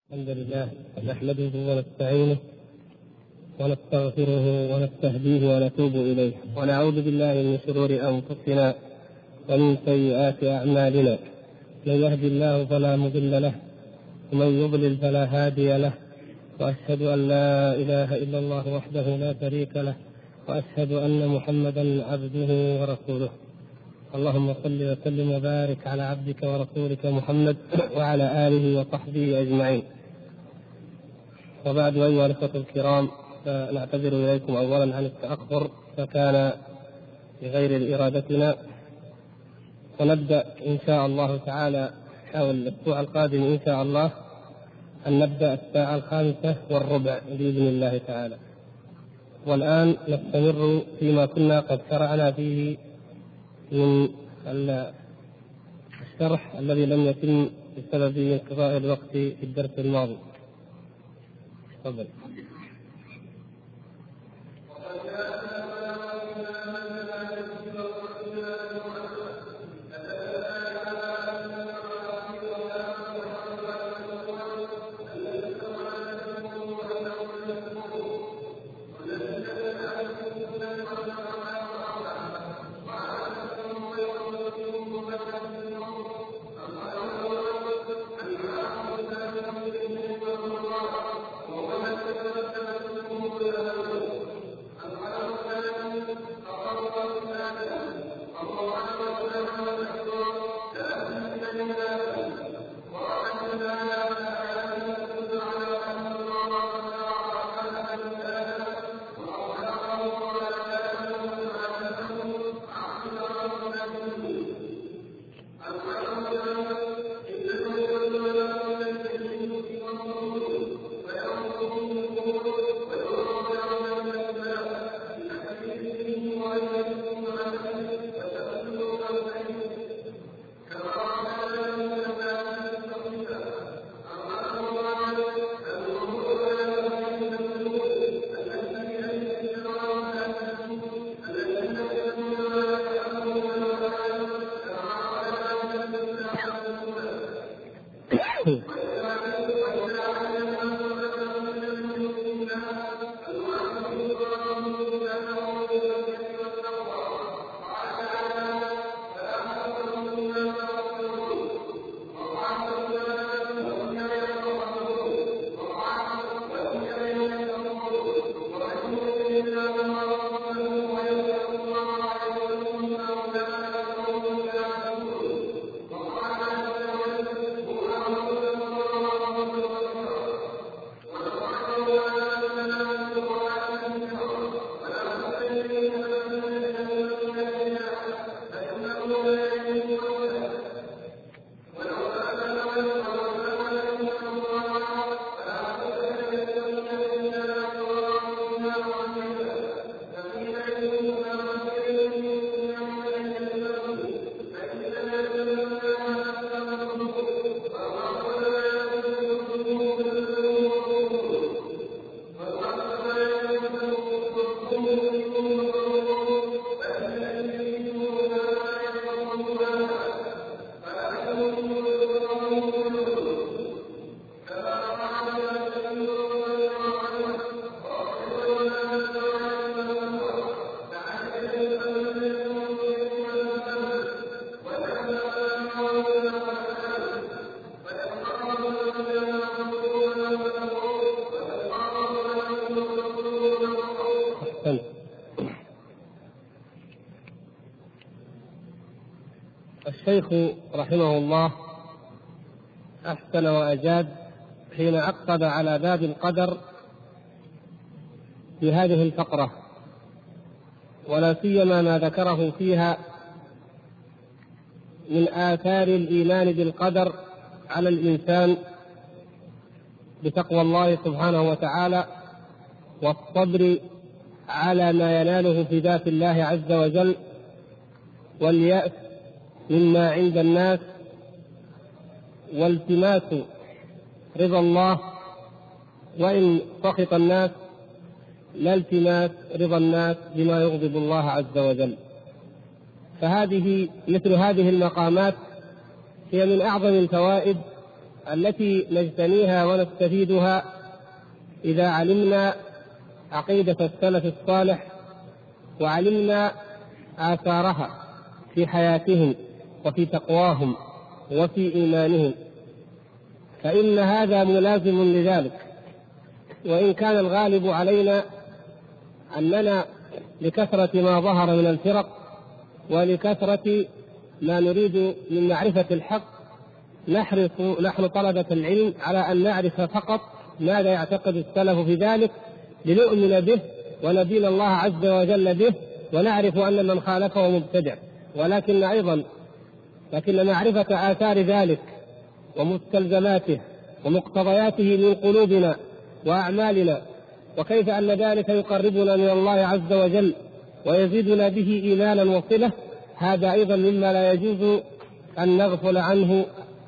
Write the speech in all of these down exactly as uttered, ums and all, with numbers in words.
الحمد لله نحمده ونستعينه ونستغفره ونستهديه ونتوب إليه، ونعوذ بالله من شرور أنفسنا ومن سيئات أعمالنا. من يهد الله فلا مضل له ومن يضلل فلا هادي له، وأشهد أن لا إله إلا الله وحده لا شريك له، وأشهد أن محمدا عبده ورسوله. اللهم صل وسلم وبارك على عبدك ورسولك محمد وعلى آله وصحبه أجمعين. وبعد، أيها الأخوة الكرام، فنعتذر إليكم أولا عن التأخر، فكان بغير إرادتنا، ونبدأ إن شاء الله تعالى حول الأسبوع القادم إن شاء الله أن نبدأ الساعة الخامسة والربع بإذن الله تعالى. والآن نستمر فيما كنا قد شرعنا فيه من الشرح الذي لم يتم بسبب انقضاء الوقت في الدرس الماضي. تفضل. الشيخ رحمه الله أحسن وأجاد حين عقد على باب القدر في هذه الفقرة، ولا سيما ما ذكره فيها من آثار الإيمان بالقدر على الإنسان بتقوى الله سبحانه وتعالى، والصبر على ما يناله في ذات الله عز وجل، واليأس مما عند الناس، والتماس رضا الله وإن سخط الناس، لا التماس رضا الناس بما يغضب الله عز وجل. فهذه مثل هذه المقامات هي من أعظم الفوائد التي نجتنيها ونستفيدها إذا علمنا عقيدة السلف الصالح وعلمنا آثارها في حياتهم وفي تقواهم وفي إيمانهم، فإن هذا ملازم لذلك. وإن كان الغالب علينا أننا لكثرة ما ظهر من الفرق ولكثرة ما نريد من معرفة الحق نحرص نحن طلبة العلم على أن نعرف فقط ماذا يعتقد السلف في ذلك لنؤمن به وندين الله عز وجل به، ونعرف أن من خالفه مبتدع. ولكن أيضا لكن معرفة آثار ذلك ومستلزماته ومقتضياته من قلوبنا وأعمالنا، وكيف أن ذلك يقربنا من الله عز وجل ويزيدنا به إيمانا وصلة، هذا أيضا مما لا يجوز أن نغفل عنه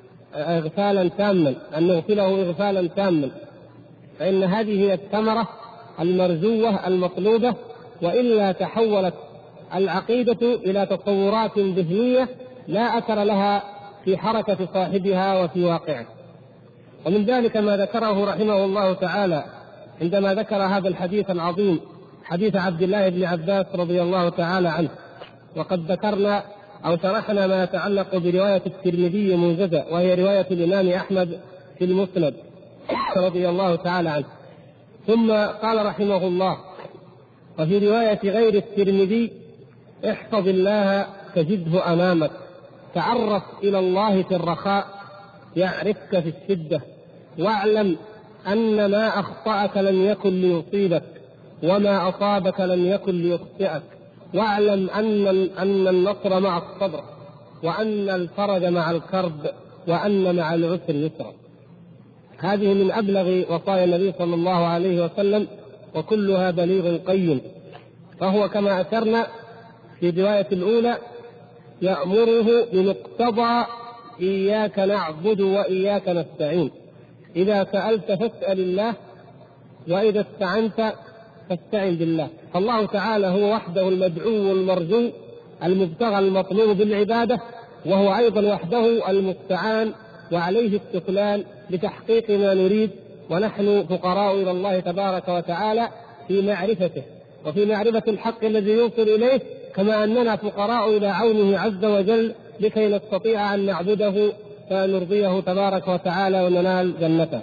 إغفالا تاما، أن نغفله إغفالا تاما، فإن هذه هي الثمرة المرجوة المطلوبة، وإلا تحولت العقيدة إلى تصورات ذهنية لا أثر لها في حركة صاحبها وفي واقعه. ومن ذلك ما ذكره رحمه الله تعالى عندما ذكر هذا الحديث العظيم، حديث عبد الله بن عباس رضي الله تعالى عنه. وقد ذكرنا أو شرحنا ما يتعلق برواية الترمذي موجزة، وهي رواية الإمام أحمد في المسند رضي الله تعالى عنه. ثم قال رحمه الله: وفي رواية غير الترمذي: احفظ الله تجده أمامك، تعرف إلى الله في الرخاء يعرفك في الشدة، واعلم أن ما أخطأك لم يكن ليصيبك، وما أصابك لم يكن ليخطئك، واعلم أن أن النصر مع الصبر، وأن الفرج مع الكرب، وأن مع العسر يسرا. هذه من أبلغ وصايا النبي صلى الله عليه وسلم، وكلها بليغ قيم. فهو كما أثرنا في الرواية الأولى يأمره بمقتضى إياك نعبد وإياك نستعين. إذا سألت فاسأل الله، وإذا استعنت فاستعن بالله. فالله تعالى هو وحده المدعو المرجو المبتغى المطلوب بالعبادة، وهو أيضا وحده المستعان وعليه التكلان لتحقيق ما نريد، ونحن فقراء إلى الله تبارك وتعالى في معرفته وفي معرفة الحق الذي يوصل إليه، كما أننا فقراء إلى عونه عز وجل لكي نستطيع أن نعبده فنرضيه تبارك وتعالى وننال جنته.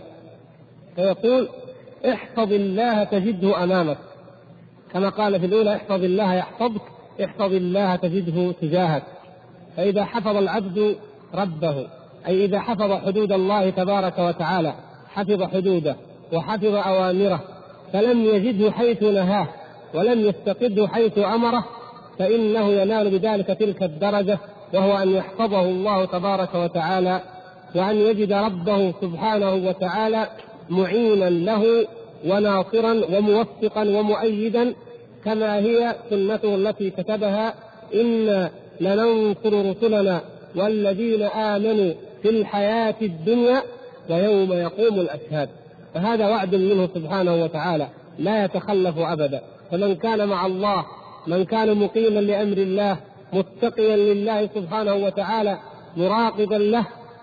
فيقول: احفظ الله تجده أمامك، كما قال في الأولى: احفظ الله يحفظك، احفظ الله تجده تجاهك. فإذا حفظ العبد ربه، أي إذا حفظ حدود الله تبارك وتعالى، حفظ حدوده وحفظ أوامره، فلم يجده حيث نهاه ولم يستقده حيث أمره، فإنه ينال بذلك تلك الدرجة، وهو أن يحفظه الله تبارك وتعالى، وأن يجد ربه سبحانه وتعالى معينا له وناصرا وموفقا ومؤيدا، كما هي سنته التي كتبها: إنا لننصر رسلنا والذين آمنوا في الحياة الدنيا ويوم يقوم الأشهاد. فهذا وعد منه سبحانه وتعالى لا يتخلف أبدا. فمن كان مع الله، من كان مقيما لأمر الله، متقيا لله سبحانه وتعالى، مراقبا له،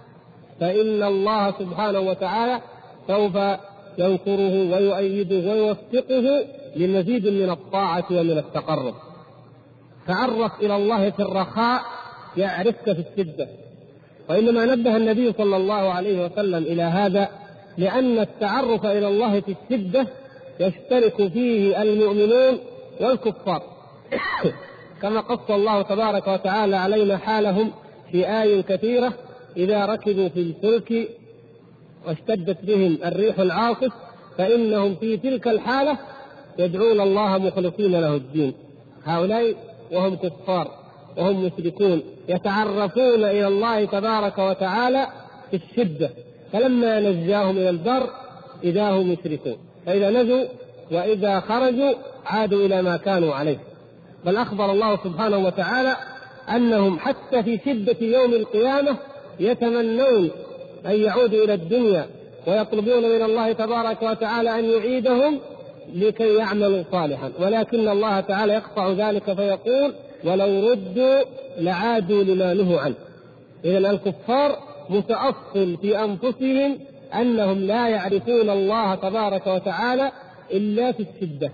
فإن الله سبحانه وتعالى سوف ينصره ويؤيده ويوفقه لمزيد من الطاعة ومن التقرب. تعرف إلى الله في الرخاء يعرفك في الشدة. وإنما نبه النبي صلى الله عليه وسلم إلى هذا لأن التعرف إلى الله في الشدة يشترك فيه المؤمنون والكفار، كما قص الله تبارك وتعالى علينا حالهم في آي كثيرة: إذا ركبوا في الفلك واشتدت بهم الريح العاصف فإنهم في تلك الحالة يدعون الله مخلصين له الدين. هؤلاء وهم كفار وهم مشركون يتعرفون إلى الله تبارك وتعالى في الشدة، فلما نجاهم إلى البر إذا هم مشركون، فإذا نجوا وإذا خرجوا عادوا إلى ما كانوا عليه. بل أخبر الله سبحانه وتعالى أنهم حتى في شدة يوم القيامة يتمنون أن يعودوا إلى الدنيا، ويطلبون من الله تبارك وتعالى أن يعيدهم لكي يعملوا صالحا، ولكن الله تعالى يقطع ذلك فيقول: ولو ردوا لعادوا لما نهوا عنه. إذن الكفار متأصل في أنفسهم أنهم لا يعرفون الله تبارك وتعالى إلا في الشدة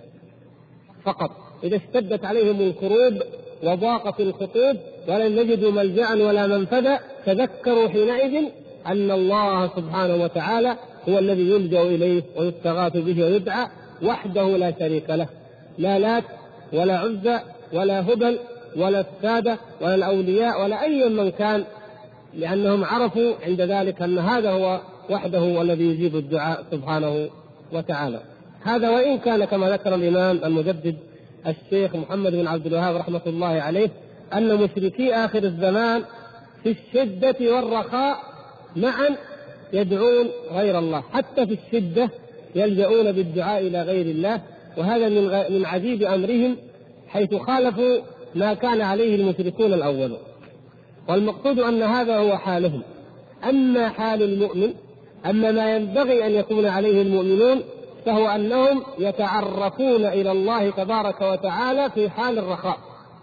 فقط. إذا اشتدت عليهم الكروب وضاقت الخطوب ولن يجدوا ملجأ ولا منفذا تذكروا حينئذ أن الله سبحانه وتعالى هو الذي يلجأ إليه ويستغاث به ويدعى وحده لا شريك له، لا لات ولا عزى ولا هبل ولا السادة ولا الأولياء ولا أي من كان، لأنهم عرفوا عند ذلك أن هذا هو وحده هو الذي يجيب الدعاء سبحانه وتعالى. هذا وإن كان كما ذكر الإمام المجدد الشيخ محمد بن عبد الوهاب رحمة الله عليه أن مشركي آخر الزمان في الشدة والرخاء معا يدعون غير الله، حتى في الشدة يلجؤون بالدعاء إلى غير الله، وهذا من من عجيب أمرهم حيث خالفوا ما كان عليه المشركون الأول. والمقصود أن هذا هو حالهم. أما حال المؤمن، أما ما ينبغي أن يكون عليه المؤمنون، فهو أنهم يتعرفون إلى الله تبارك وتعالى في حال الرخاء،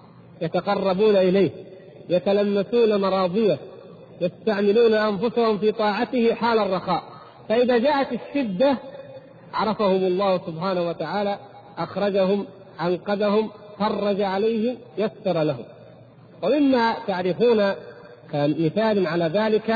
يتقربون إليه، يتلمسون مراضيه، يستعملون أنفسهم في طاعته حال الرخاء. فإذا جاءت الشدة عرفهم الله سبحانه وتعالى، أخرجهم، أنقذهم، فرج عليهم، يسر لهم. ومما تعرفون كمثال على ذلك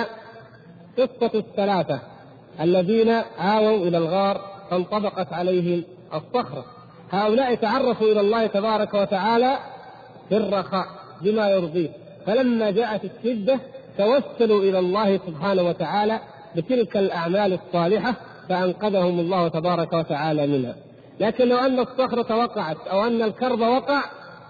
قصة الثلاثة الذين آووا إلى الغار فانطبقت عليهم الصخرة. هؤلاء تعرفوا إلى الله تبارك وتعالى في الرخاء بما يرضيه، فلما جاءت الشدة توسلوا إلى الله سبحانه وتعالى بتلك الأعمال الصالحة فأنقذهم الله تبارك وتعالى منها. لكن لو أن الصخرة وقعت أو أن الكرب وقع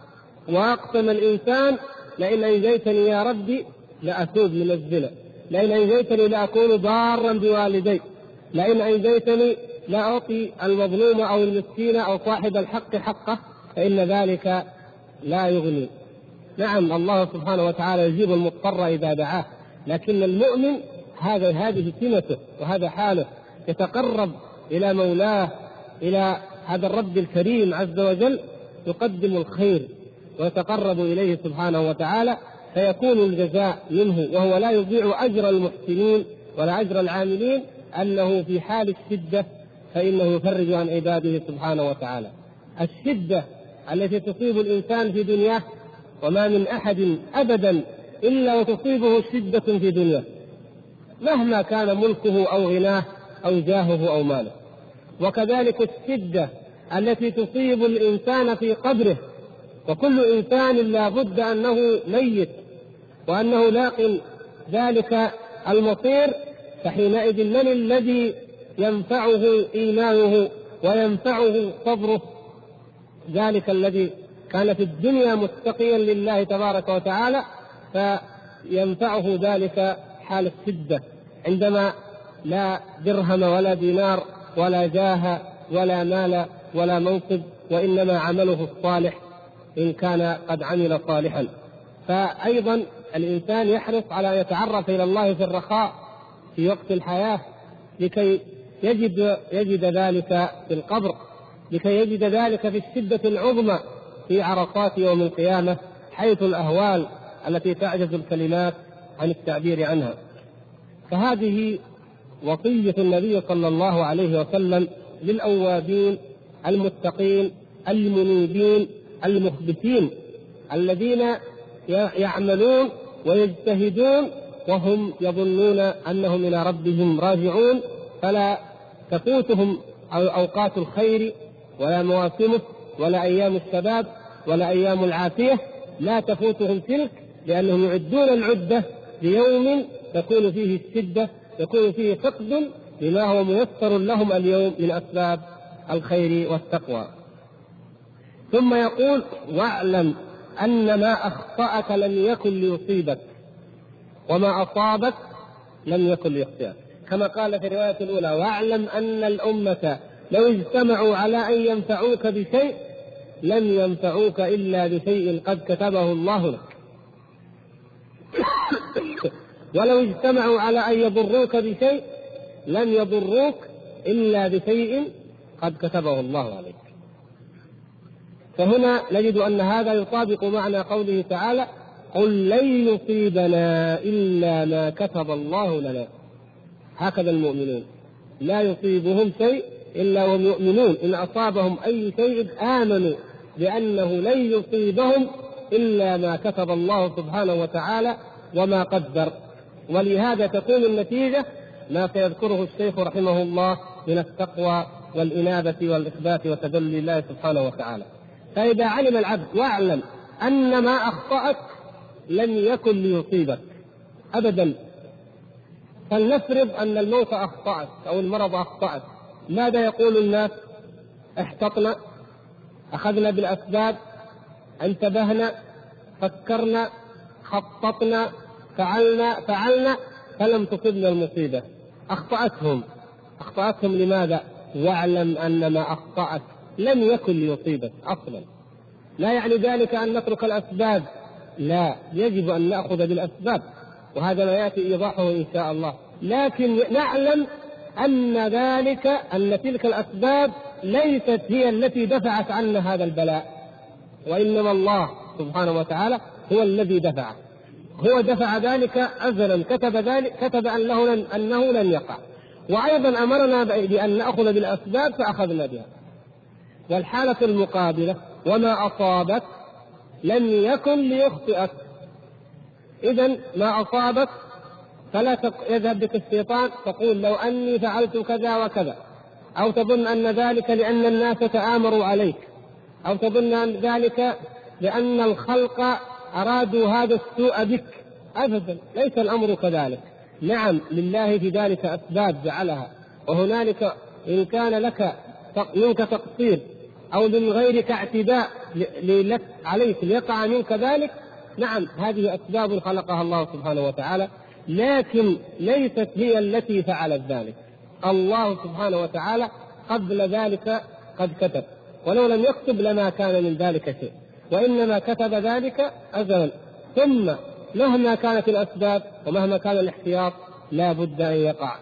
وأقسم الإنسان لئن أنجيتني يا ربي لأتوب من الزنا، لئن أنجيتني لأكون ضارا بوالدي، لئن أنجيتني لأعطي المظلوم أو المسكين أو صاحب الحق حقه، فإن ذلك لا يغني. نعم الله سبحانه وتعالى يجيب المضطر إذا دعاه، لكن المؤمن هذا هذه سمته وهذا حاله، يتقرب إلى مولاه، إلى هذا الرب الكريم عز وجل، يقدم الخير ويتقرب إليه سبحانه وتعالى، فيكون الجزاء منه، وهو لا يضيع أجر المحسنين ولا أجر العاملين، أنه في حال الشدة فإنه يفرج عن عباده سبحانه وتعالى. الشدة التي تصيب الإنسان في دنياه، وما من أحد أبدا إلا وتصيبه شدة في دنياه مهما كان ملكه أو غناه أو جاهه أو ماله. وكذلك الشدة التي تصيب الإنسان في قبره، وكل إنسان لا بد أنه ميت وأنه لاق ذلك المصير، فحينئذ من الذي ينفعه إيمانه وينفعه صبره؟ ذلك الذي كان في الدنيا متقيا لله تبارك وتعالى، فينفعه ذلك حال الشدة، عندما لا درهم ولا دينار ولا جاه ولا مال ولا منصب، وإنما عمله الصالح إن كان قد عمل صالحا. فأيضا الإنسان يحرص على أن يتعرف إلى الله في الرخاء في وقت الحياة، لكي يجد, يجد ذلك في القبر، لكي يجد ذلك في الشدة العظمى في عرصات يوم القيامة، حيث الأهوال التي تعجز الكلمات عن التعبير عنها. فهذه وصية النبي صلى الله عليه وسلم للأوابين المتقين المنيبين المخبتين، الذين يعملون ويجتهدون وهم يظنون أنهم إلى ربهم راجعون، فلا تفوتهم أوقات الخير ولا مواسمه ولا أيام الشباب ولا أيام العافية، لا تفوتهم تلك، لأنهم يعدون العدة ليوم تكون فيه الشدة، يكون فيه فقد لما هو ميسر لهم اليوم من أسباب الخير والتقوى. ثم يقول: واعلم أن ما أخطأك لم يكن ليصيبك وما أصابك لم يكن ليخطئك، كما قال في الرواية الأولى: واعلم أن الأمة لو اجتمعوا على أن ينفعوك بشيء لم ينفعوك إلا بشيء قد كتبه الله لك، ولو اجتمعوا على أن يضروك بشيء لم يضروك إلا بشيء قد كتبه الله عليك. فهنا نجد أن هذا يطابق معنى قوله تعالى: قل لن يصيبنا إلا ما كتب الله لنا. هكذا المؤمنون لا يصيبهم شيء إلا وهم يؤمنون، إن أصابهم أي شيء آمنوا بأنه لن يصيبهم إلا ما كتب الله سبحانه وتعالى وما قدر. ولهذا تكون النتيجة ما سيذكره الشيخ رحمه الله من التقوى والإنابة والإثبات وتذلل الله سبحانه وتعالى. فإذا علم العبد واعلم أن ما أخطأك لم يكن ليصيبك أبدا. فلنفرض أن الموت أخطأك أو المرض أخطأك، ماذا يقول الناس؟ احتطنا، أخذنا بالأسباب، انتبهنا، فكرنا، خططنا، فعلنا فعلنا فلم تصبنا المصيبة. أخطأتهم أخطأتهم لماذا؟ واعلم أن ما أخطأك لم يكن ليصيبك أصلا. لا يعني ذلك أن نترك الأسباب، لا، يجب أن نأخذ بالأسباب، وهذا ما يأتي إيضاحه إن شاء الله. لكن نعلم أن ذلك أن تلك الأسباب ليست هي التي دفعت عنا هذا البلاء، وإنما الله سبحانه وتعالى هو الذي دفعه. هو دفع ذلك أزلا، كتب ذلك، كتب أنه لن, أنه لن يقع، وأيضا أمرنا بأن نأخذ بالأسباب فأخذنا بها. والحالة المقابلة وما أصابك لم يكن ليخطئك. إذن ما أصابك فلا يذهب بك الشيطان تقول لو أني فعلت كذا وكذا، أو تظن أن ذلك لأن الناس تآمروا عليك، أو تظن أن ذلك لأن الخلق أرادوا هذا السوء بك. أبدا، ليس الأمر كذلك. نعم، لله في ذلك أسباب جعلها، وهنالك إن كان لك منك تقصير أو من غيرك اعتداء لك عليك ليقع منك ذلك، نعم هذه أسباب خلقها الله سبحانه وتعالى، لكن ليست هي التي فعلت ذلك. الله سبحانه وتعالى قبل ذلك قد كتب، ولو لم يكتب لما كان من ذلك شيء، وإنما كتب ذلك أزلا. ثم مهما كانت الأسباب ومهما كان الاحتياط لا بد أن يقع.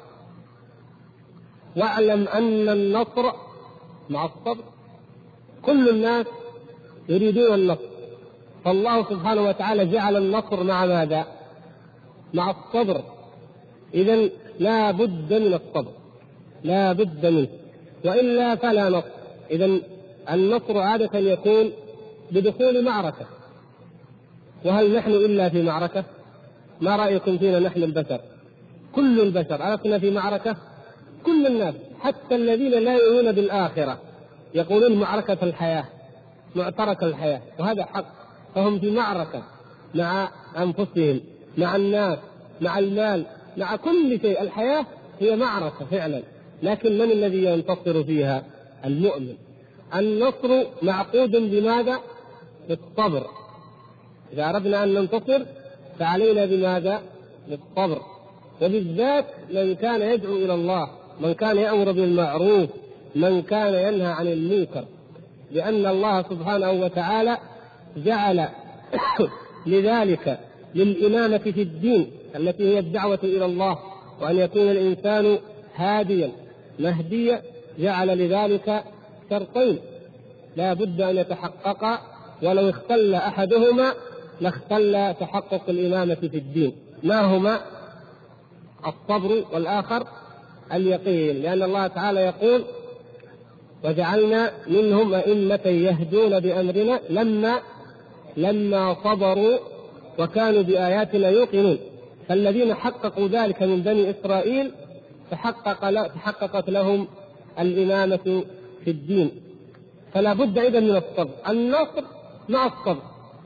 واعلم أن النصر مع الصبر. كل الناس يريدون النصر، فالله سبحانه وتعالى جعل النصر مع ماذا؟ مع الصبر. إذن لا بد من الصبر، لا بد منه، وإلا فلا نصر. إذن النصر عادة يكون بدخول معركة، وهل نحن إلا في معركة؟ ما رأيكم فينا نحن البشر؟ كل البشر عرفنا في معركة، كل الناس حتى الذين لا يؤمنون بالآخرة يقولون معركة الحياة، معترك الحياة، وهذا حق. فهم في معركة مع أنفسهم، مع الناس، مع المال، مع كل شيء. الحياة هي معركة فعلا، لكن من الذي ينتصر فيها؟ المؤمن. النصر معقود بماذا؟ بالصبر. إذا أردنا أن ننتصر فعلينا بماذا؟ بالصبر. وبالذات من كان يدعو إلى الله، من كان يأمر بالمعروف، من كان ينهى عن المنكر، لأن الله سبحانه وتعالى جعل لذلك للإمامة في الدين التي هي الدعوة إلى الله، وأن يكون الإنسان هاديا مهديا، جعل لذلك شرطين لا بد أن يتحققا، ولو اختل أحدهما لاختل تحقق الإمامة في الدين. ما هما؟ الصبر، والآخر اليقين، لأن الله تعالى يقول وجعلنا منهم أئمة يهدون بأمرنا لما لما صبروا وكانوا بآياتنا يوقنون. فالذين حققوا ذلك من بني إسرائيل تحقق تحققت لهم الإمامة في الدين. فلا بد إذن من الصبر، النصر مع الصبر.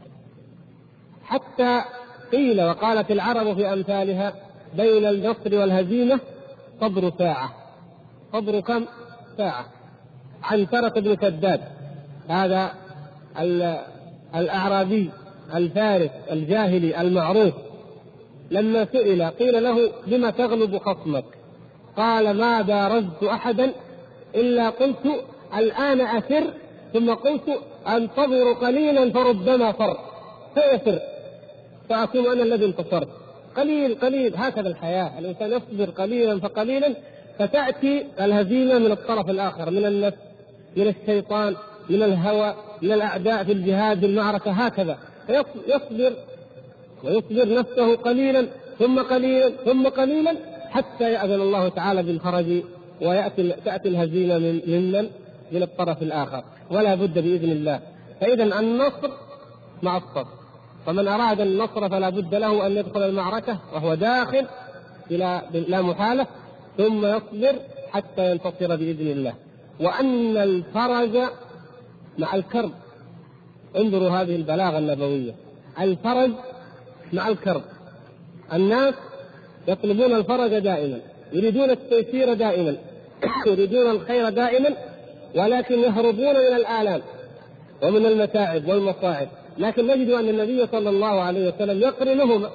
حتى قيل وقالت العرب في أمثالها بين النصر والهزيمة صبر ساعة. صبر كم؟ ساعة. عنترة بن شداد هذا الأعرابي الفارس الجاهلي المعروف، لما سئل قيل له بما تغلب خصمك؟ قال ما بارزت أحدا إلا قلت الآن أفر، ثم قلت أنتظر قليلا فربما فر فيفر فأكون أنا الذي انتصرت. قليل قليل، هكذا الحياة، الإنسان يصبر قليلا فقليلا فتأتي الهزيمة من الطرف الآخر، من النفس، من الشيطان، من الهوى، من الأعداء في الجهاد في المعركة، هكذا يصبر ويصبر نفسه قليلا ثم قليلا ثم قليلا حتى يأذن الله تعالى بالفرج ويأتي تأتي الهزيمة من ممن من الطرف الآخر، ولا بد بإذن الله. فإذا النصر مع الصبر، فمن أراد النصر فلا بد له أن يدخل المعركة وهو داخل إلى لا محالة، ثم يصبر حتى ينتصر بإذن الله. وأن الفرج مع الكرب، انظروا هذه البلاغة النبوية، الفرج مع الكرب. الناس يطلبون الفرج دائما، يريدون التيسير دائما، يريدون الخير دائما، ولكن يهربون من الآلام ومن المتاعب والمصاعب. لكن نجد أن النبي صلى الله عليه وسلم يقرنهما،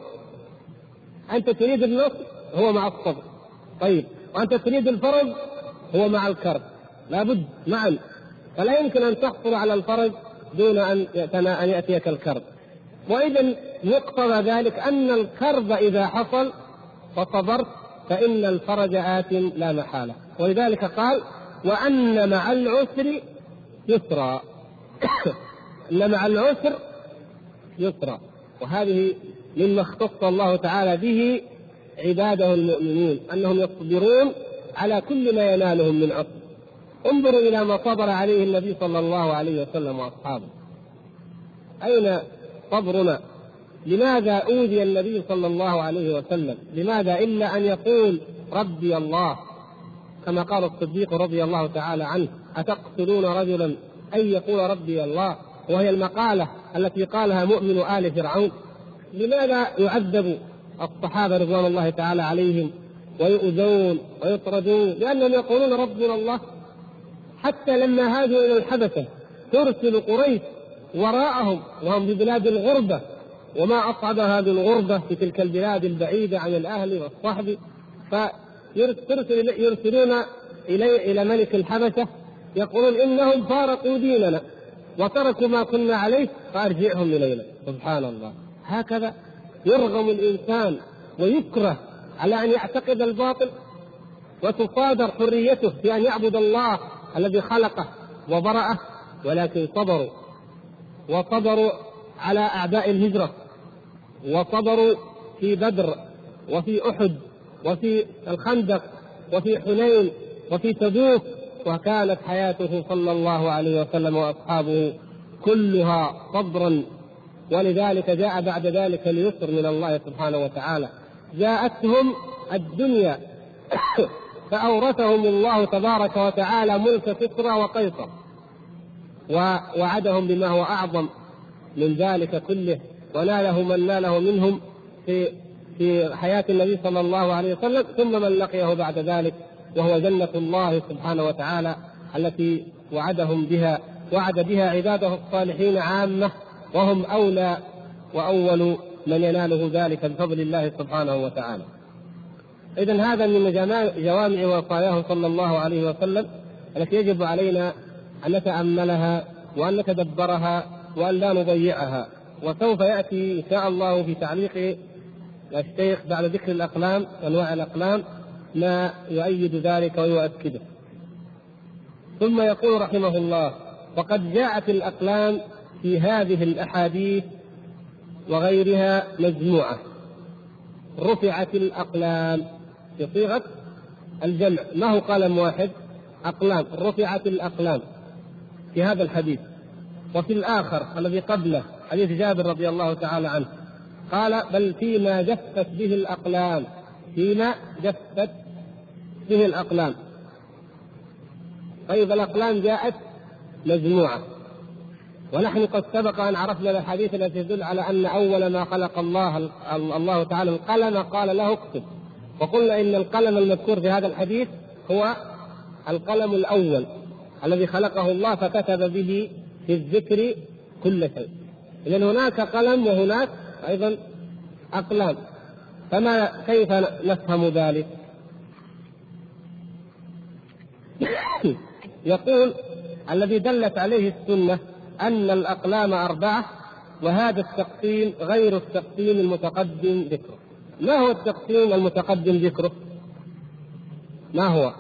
أنت تريد النصر هو مع الصبر، طيب، وأنت تريد الفرج هو مع الكرب، لابد معا، فلا يمكن أن تحصل على الفرج دون أن أن يأتيك الكرب. وإذا مقتضى ذلك أن الكرب إذا حصل فصبرت فإن الفرج آت لا محالة. ولذلك قال وأن مع العسر يسرا إن مع العسر يسرا. وهذه مما اختص الله تعالى به عباده المؤمنين، أنهم يصبرون على كل ما ينالهم من عسر. انظروا إلى ما صبر عليه النبي صلى الله عليه وسلم وأصحابه. أين صبرنا؟ لماذا أوذي النبي صلى الله عليه وسلم؟ لماذا إلا أن يقول ربي الله، كما قال الصديق رضي الله تعالى عنه أتقتلون رجلا أن يقول ربي الله، وهي المقالة التي قالها مؤمن آل فرعون. لماذا يعذب الصحابة رضوان الله تعالى عليهم ويؤذون ويطردون؟ لأنهم يقولون ربنا الله. حتى لما هاجوا إلى الحبشة ترسل قريش وراءهم وهم في بلاد الغربة، وما أصعب هذه الغربة في تلك البلاد البعيدة عن الأهل والصحب، فيرسلون إلي إلى ملك الحبشة يقولون إنهم فارقوا ديننا وتركوا ما كنا عليه فأرجعهم إلينا. سبحان الله، هكذا يرغم الإنسان ويكره على أن يعتقد الباطل وتصادر حريته في أن يعبد الله الذي خلقه وبرأه. ولكن صبروا، وصبروا على أعداء الهجرة، وصبروا في بدر وفي أحد وفي الخندق وفي حنين وفي تبوك، وكانت حياته صلى الله عليه وسلم وأصحابه كلها صبرا. ولذلك جاء بعد ذلك اليسر من الله سبحانه وتعالى، جاءتهم الدنيا فأورثهم الله تبارك وتعالى ملك كسرى وقيصر، ووعدهم بما هو أعظم من ذلك كله، وناله من ناله منهم في في حياة النبي صلى الله عليه وسلم، ثم من لقيه بعد ذلك، وهو جنة الله سبحانه وتعالى التي وعدهم بها، وعد بها عباده الصالحين عامة، وهم أولى وأول من يناله ذلك بفضل الله سبحانه وتعالى. إذن هذا من جوامع وصاياه صلى الله عليه وسلم التي يجب علينا أن نتأملها وأن نتدبرها وأن لا نضيعها. وسوف يأتي إن شاء الله في تعليق الشيخ بعد ذكر الأقلام، أنواع الأقلام، ما يؤيد ذلك ويؤكده. ثم يقول رحمه الله وقد جاءت الأقلام في هذه الأحاديث وغيرها مجموعة. رفعت الأقلام في صيغة الجمع، ما هو قلم واحد، أقلام. رفعت الأقلام في هذا الحديث. وفي الآخر الذي قبله حديث جابر رضي الله تعالى عنه قال بل فيما جفت به الأقلام، فيما جفت به الأقلام. طيب الأقلام جاءت مجموعة، ونحن قد سبق أن عرفنا الحديث التي تدل على أن أول ما خلق الله الله تعالى القلم قال له اكتب، وقلنا إن القلم المذكور في هذا الحديث هو القلم الأول الذي خلقه الله فكتب به في الذكر كل شيء. إذن هناك قلم وهناك أيضا أقلام، فما كيف نفهم ذلك؟ يقول الذي دلت عليه السنة أن الأقلام أربعة، وهذا التقسيم غير التقسيم المتقدم ذكره. ما هو التقسيم المتقدم ذكره؟ ما هو؟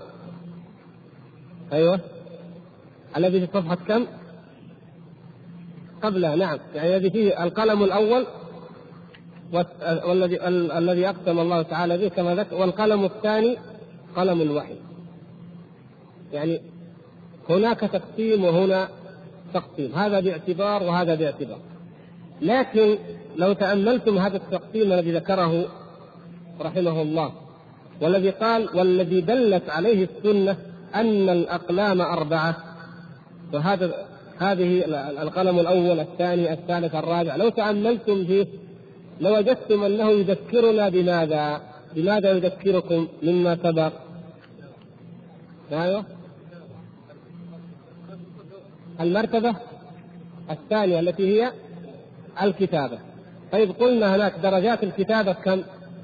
أيوة الذي في صفحة كم؟ قبلها، نعم، يعني الذي فيه القلم الأول والذي الذي أقسم الله تعالى به كما ذكر. والقلم الثاني قلم الوحي. يعني هناك تقسيم وهنا تقسيم، هذا باعتبار وهذا باعتبار. لكن لو تأملتم هذا التقسيم الذي ذكره رحمه الله، والذي قال والذي دلت عليه السنة أن الأقلام أربعة، وهذا هذه القلم الأول الثاني الثالث الرابع، لو تأملتم فيه لوجدتم أنه يذكرنا بماذا؟ بماذا يذكركم مما سبق؟ أيوه، المرتبة الثانية التي هي الكتابة. طيب قلنا هناك درجات الكتابة كم؟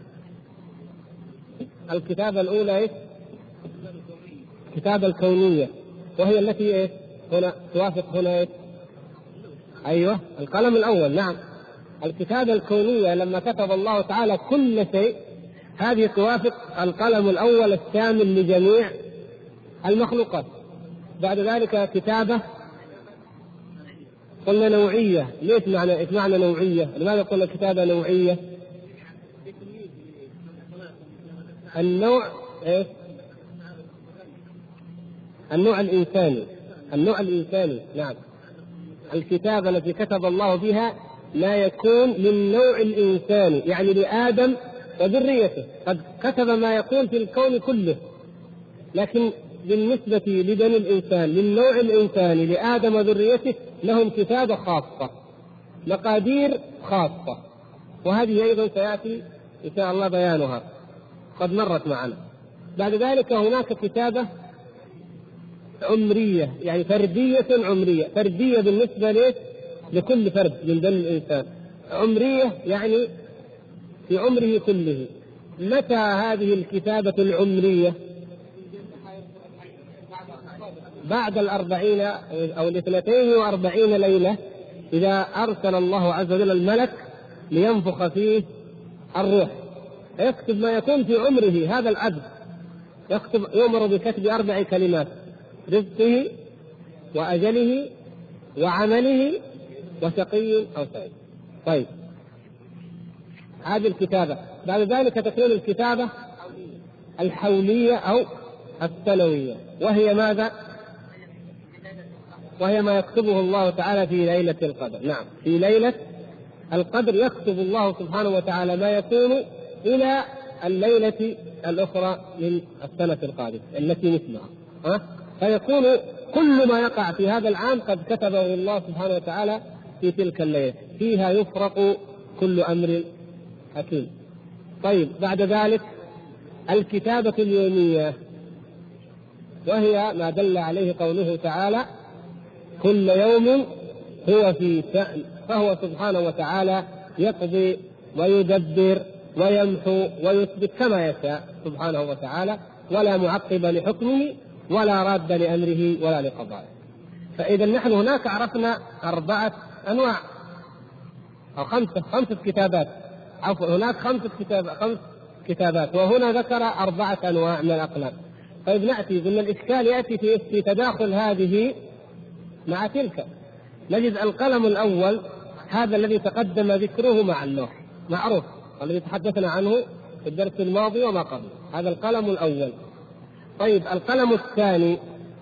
الكتابة الأولى إيه؟ الكتابة الكونية، وهي التي إيه؟ هنا توافق هنا إيه؟ أيوه القلم الأول. نعم، الكتابة الكونية لما كتب الله تعالى كل شيء، هذه توافق القلم الأول الشامل لجميع المخلوقات. بعد ذلك كتابة قلنا نوعية. ليش معنى إيش معنى نوعية؟ لماذا قلنا كتابة نوعية؟ النوع إيه؟ النوع الإنساني، النوع الإنساني. نعم، الكتابة التي كتب الله بها لا يكون للنوع الإنساني، يعني لآدم وذريته. قد كتب ما يكون في الكون كله، لكن بالنسبة لبني الإنسان للنوع الإنساني لآدم وذريته لهم كتابة خاصة، مقادير خاصة، وهذه أيضا سيأتي إن شاء الله بيانها، قد مرت معنا. بعد ذلك هناك كتابة عمرية، يعني فردية عمرية، فردية بالنسبة ليه؟ لكل فرد من بني الإنسان، عمرية يعني في عمره كله. متى هذه الكتابة العمرية؟ بعد الأربعين أو الاثنتين وأربعين ليلة، إذا أرسل الله عز وجل الملك لينفخ فيه الروح، يكتب ما يكون في عمره هذا العبد، يكتب يؤمر بكتب أربع كلمات: رزقه وأجله وعمله وشقي أو سعيد. طيب هذه الكتابة. بعد ذلك تكون الكتابة الحولية أو السنوية، وهي ماذا؟ وهي ما يكتبه الله تعالى في ليلة القدر. نعم، في ليلة القدر يكتب الله سبحانه وتعالى ما يكون إلى الليلة الأخرى من السنة القادمة التي مثلها، ها؟ فيكون كل ما يقع في هذا العام قد كتبه الله سبحانه وتعالى في تلك الليلة، فيها يفرق كل أمر حكيم. طيب بعد ذلك الكتابة اليومية، وهي ما دل عليه قوله تعالى: كل يوم هو في شأن، فهو سبحانه وتعالى يقضي ويدبر ويمحو ويثبت كما يشاء سبحانه وتعالى، ولا معقب لحكمه ولا راد لأمره ولا لقضائه. فإذا نحن هناك عرفنا أربعة أنواع أو خمسة خمسة كتابات، عفوا هناك خمسة كتاب خمس كتابات، وهنا ذكر أربعة أنواع من الأقلام. طيب نأتي ضمن الإشكال يأتي في, في تداخل هذه مع تلك. نجد القلم الأول هذا الذي تقدم ذكره مع اللوح معروف، الذي تحدثنا عنه في الدرس الماضي وما قبل، هذا القلم الأول. طيب القلم الثاني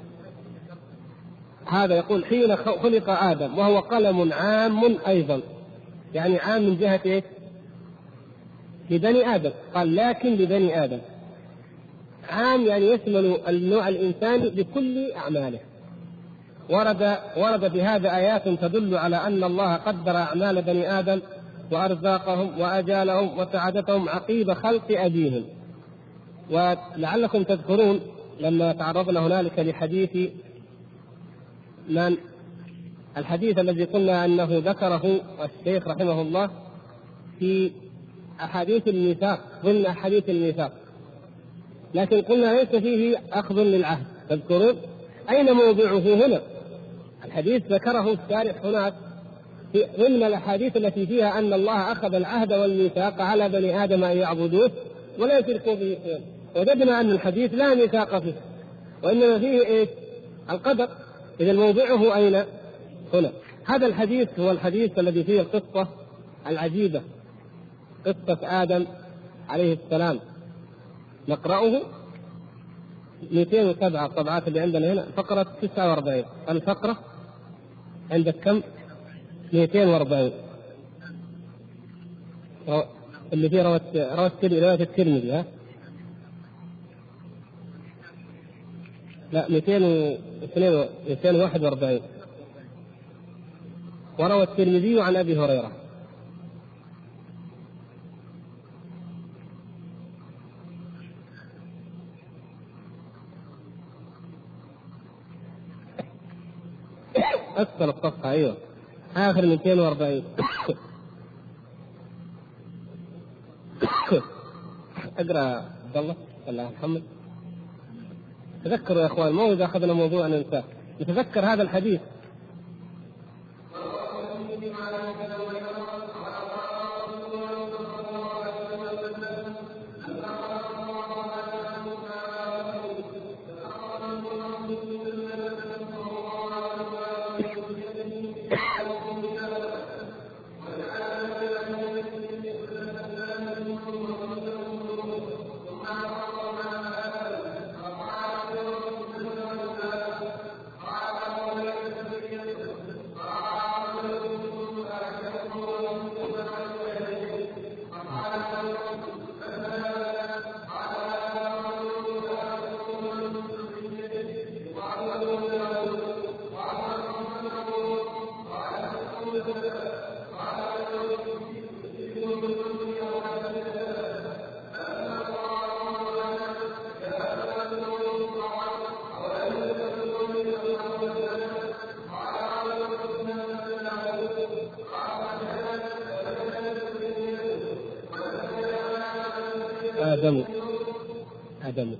هذا يقول حين خلق آدم، وهو قلم عام أيضا، يعني عام من جهة إيه؟ لبني آدم، قال لكن لبني آدم، عام يعني يشمل النوع الإنساني بكل أعماله. ورد ورد بهذا آيات تدل على أن الله قدر أعمال بني آدم وأرزاقهم وأجالهم وسعادتهم عقيب خلق أبيهم. ولعلكم تذكرون لما تعرضنا هنالك لحديث من الحديث الذي قلنا أنه ذكره الشيخ رحمه الله في أحاديث الميثاق ضمن أحاديث الميثاق، لكن قلنا ليس فيه أخذ للعهد. تذكرون أين موضعه هنا؟ الحديث ذكره الشارح هناك في ضمن الأحاديث التي فيها أن الله أخذ العهد والميثاق على بني آدم أن يعبدوه ولا يشركوا به شيئا. وجدنا أن الحديث لا ميثاق فيه، وإنما فيه إيه؟ القدر. إذا موضعه أين؟ هنا. هذا الحديث هو الحديث الذي فيه القصة العجيبة قصة آدم عليه السلام نقرأه مئتين وسبعة الطبعات اللي عندنا هنا، فقرة تسعة وأربعين، الفقرة عندك كم؟ مئتين وأربعين اللي فيه رواه رواية الترمذي. ها لا مئتين وواحد وأربعين، وروى الترمذي عن أبي هريرة. أكثر الصفحة أيوة آخر مئتين وأربعين. أقرأ عبد الله الله محمد. تذكروا يا إخوان، مو إذا أخذنا موضوع ننساه، نتذكر هذا الحديث. آدم آدم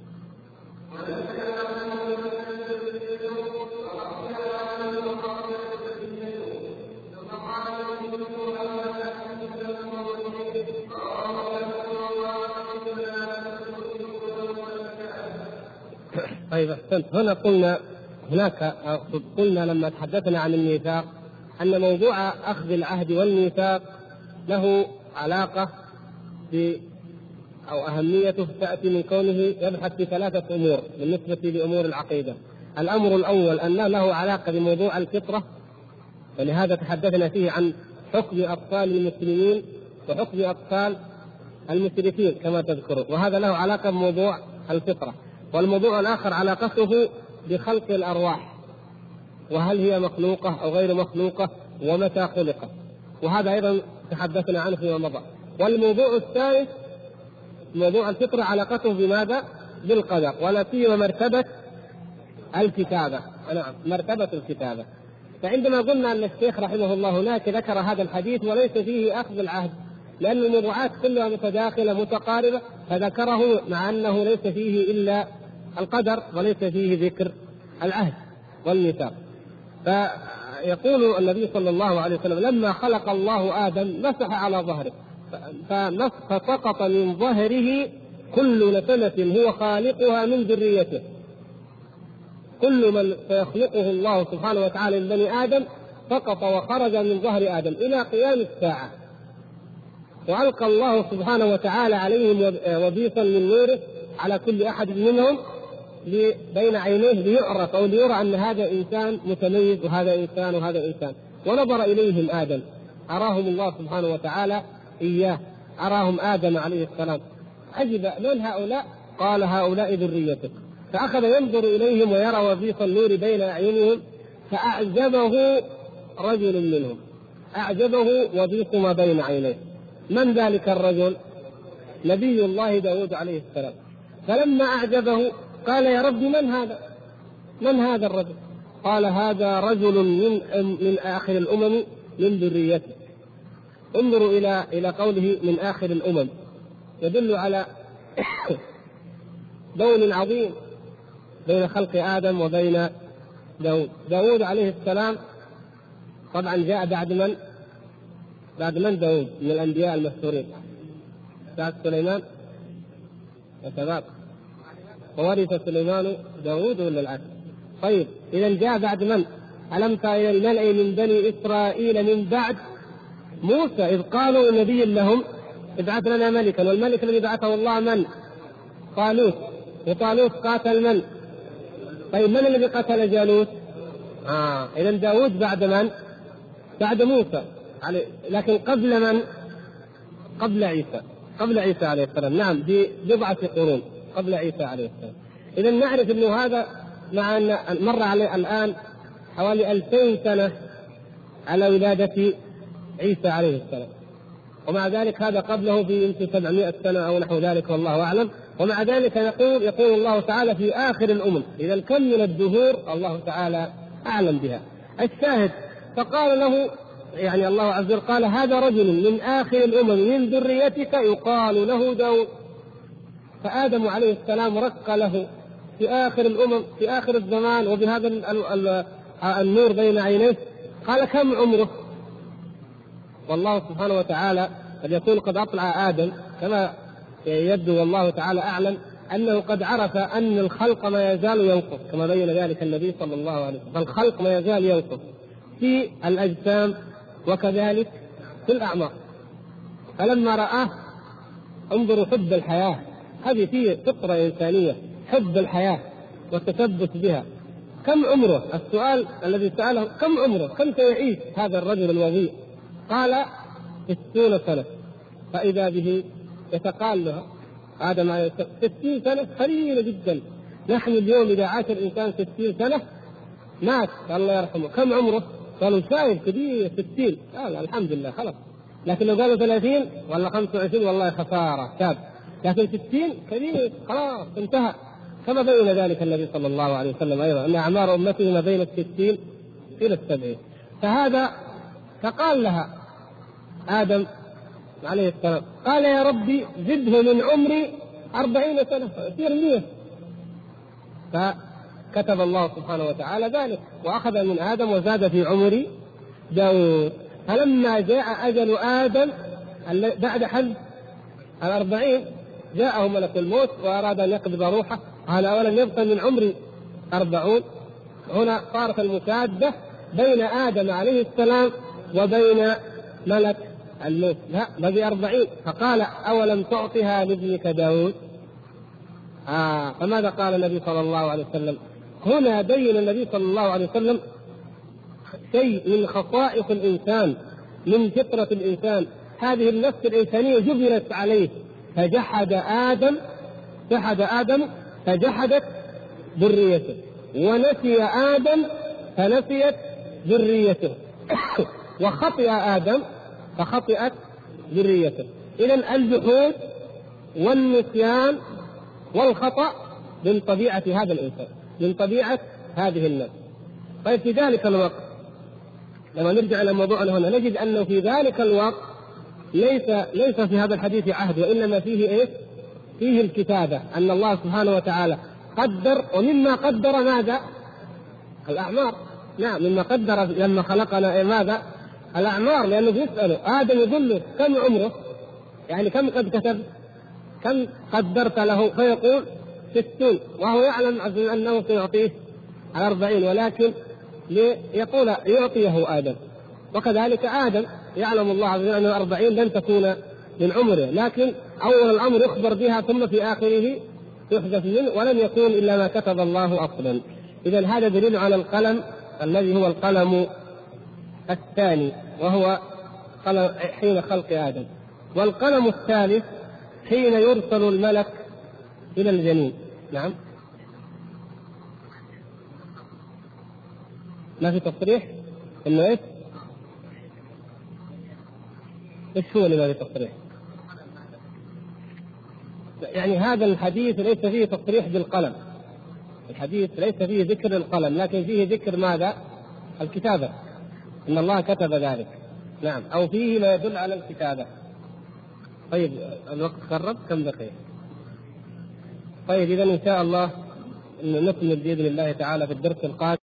طيب أحسنت. هنا قلنا هناك قلنا لما تحدثنا عن الميثاق أن موضوع أخذ العهد والميثاق له علاقة ب أو أهميته تأتي من كونه يبحث في ثلاثة أمور بالنسبة لأمور العقيدة. الأمر الأول أن له علاقة بموضوع الفطرة، ولهذا تحدثنا فيه عن حكم أطفال المسلمين وحكم أطفال المشركين كما تذكرون، وهذا له علاقة بموضوع الفطرة. والموضوع الآخر علاقته بخلق الأرواح، وهل هي مخلوقة أو غير مخلوقة ومتى خلقت، وهذا أيضا تحدثنا عنه فيما مضى. والموضوع الثالث موضوع الفطرة علاقته بماذا؟ بالقدر، ولا سيما مرتبة الكتابة. نعم مرتبة الكتابة. فعندما قلنا أن الشيخ رحمه الله هناك ذكر هذا الحديث وليس فيه أخذ العهد لأن الموضوعات كلها متداخلة متقاربة، فذكره مع أنه ليس فيه إلا القدر وليس فيه ذكر العهد والميثاق. فيقول النبي صلى الله عليه وسلم لما خلق الله آدم مسح على ظهره فسقط من ظهره كل نسمة هو خالقها من ذريته. كل من سيخلقه الله سبحانه وتعالى من بني آدم سقط وخرج من ظهر آدم إلى قيام الساعة، وألقى الله سبحانه وتعالى عليهم وبيصا من نوره على كل أحد منهم بين عينيه ليعرف أو ليرى أن هذا إنسان متميز وهذا إنسان وهذا إنسان. ونظر إليهم آدم، أراهم الله سبحانه وتعالى إياه، أراهم آدم عليه السلام، عجب من هؤلاء؟ قال هؤلاء ذريتك. فأخذ ينظر إليهم ويرى وبيص النور بين أعينهم، فأعجبه رجل منهم، أعجبه وبيص ما بين عينيه. من ذلك الرجل؟ نبي الله داود عليه السلام. فلما أعجبه قال يا رب من هذا؟ من هذا الرجل؟ قال هذا رجل من من آخر الأمم من ذريته. انظروا إلى إلى قوله من آخر الأمم، يدل على دون عظيم بين خلق آدم وبين داود. داود عليه السلام طبعا جاء بعد من؟ بعد من داود من الأنبياء المشهورين؟ بعد سليمان وشباب، وورث سليمان داود ولا العكس؟ طيب إذا جاء بعد من؟ ألم تر إلى الملأ من بني إسرائيل من بعد موسى إذ قالوا نبي لهم ابعث لنا ملكا، والملك الذي بعثه الله من؟ طالوت، وطالوت قاتل من؟ طيب من الذي قتل جالوت؟ آه إذا داود بعد من؟ بعد موسى، لكن قبل من؟ قبل عيسى، قبل عيسى عليه السلام، نعم ببضعة قرون قبل عيسى عليه السلام. إذا نعرف أنه هذا مع أن مر عليه الآن حوالي ألفين سنة على ولادة عيسى عليه السلام، ومع ذلك هذا قبله بيمكن سبعمائة سنة أو نحو ذلك والله أعلم. ومع ذلك يقول يقول الله تعالى في آخر الأمم، إذا كم من الدهور الله تعالى أعلم بها. الشاهد فقال له يعني الله عز وجل قال هذا رجل من آخر الأمم من ذريتك يقال له داود. فآدم عليه السلام رق له في آخر الأمم في آخر الزمان وبهذا النور بين عينيه. قال كم عمره؟ والله سبحانه وتعالى قد يكون قد أطلع آدم كما يبدو والله تعالى أعلم أنه قد عرف أن الخلق ما يزال ينقص كما بين ذلك النبي صلى الله عليه وسلم، فالخلق ما يزال ينقص في الأجسام وكذلك في الأعمار. فلما رآه انظروا حب الحياة، هذه فيه فطرة إنسانية، حب الحياة والتثبت بها. كم عمره؟ السؤال الذي سأله كم عمره؟ كم سيعيش هذا الرجل الوضيء؟ قال ستون سنة. فإذا به يتقال له آدم عليه السلام ستين سنة قليلة جدا. نحن اليوم إذا عاش الإنسان ستين سنة مات الله يرحمه. كم عمره؟ قالوا شايف كبير ستين، قال الحمد لله خلاص. لكن لو قالوا ثلاثين ولا خمسة وعشرين والله خسارة شاب، لكن ستين كبير خلاص انتهى. كما بين ذلك النبي صلى الله عليه وسلم أيضا أن أعمار أمته ما بين الستين إلى السبعين. فهذا فقال لها آدم عليه السلام قال يا ربي زده من عمري أربعين سنة يصير مية. فكتب الله سبحانه وتعالى ذلك وأخذ من آدم وزاد في عمر داود. فلما جاء أجل آدم بعد حد الأربعين جاءه ملك الموت وأراد أن يقبض روحه. قال أولا يبقى من عمري أربعون. هنا صارت المشادة بين آدم عليه السلام وبين ملك الموت، لا بقي أربعين. فقال أولم تعطها لابنك داود؟ آه فماذا قال النبي صلى الله عليه وسلم؟ هنا بين النبي صلى الله عليه وسلم شيء من خصائص الإنسان من فطرة الإنسان، هذه النفس الإنسانية جبلت عليه. فجحد آدم جحد آدم فجحدت ذريته، ونسي آدم فنسيت ذريته، وخطئ آدم فخطئت ذريته. إذن الجحود والنسيان والخطأ من طبيعة هذا الإنسان، من طبيعة هذه النفس. طيب في ذلك الوقت لما نرجع إلى موضوعنا هنا نجد أنه في ذلك الوقت ليس ليس في هذا الحديث عهد، وإنما فيه إيه؟ فيه الكتابة، أن الله سبحانه وتعالى قدر، ومما قدر ماذا؟ الأعمار. نعم مما قدر لما خلقنا إيه ماذا؟ الأعمار، لأنه بيسأله آدم يقول له كم عمره؟ يعني كم قد كتب؟ كم قدرت له؟ فيقول ستون، وهو يعلم أنه سيعطيه الأربعين، ولكن يقول يعطيه آدم. وكذلك آدم يعلم الله عز وجل أن الأربعين لن تكون من عمره، لكن أول الأمر يخبر بها ثم في آخره يحدث منه، ولم يكون إلا ما كتب الله أصلا. إذن هذا دليل على القلم الذي هو القلم الثاني، وهو حين خلق آدم. والقلم الثالث حين يرسل الملك إلى الجنين. نعم ما في تصريح إنه إيش؟ إيش هو اللي ما في تصريح؟ يعني هذا الحديث ليس فيه تصريح بالقلم، الحديث ليس فيه ذكر القلم، لكن فيه ذكر ماذا؟ الكتابة، إن الله كتب ذلك. نعم أو فيه ما يدل على الكتابة. طيب الوقت قرب، كم دقيقة؟ طيب إذن إن شاء الله نكمل بإذن الله تعالى في الدرس القادم.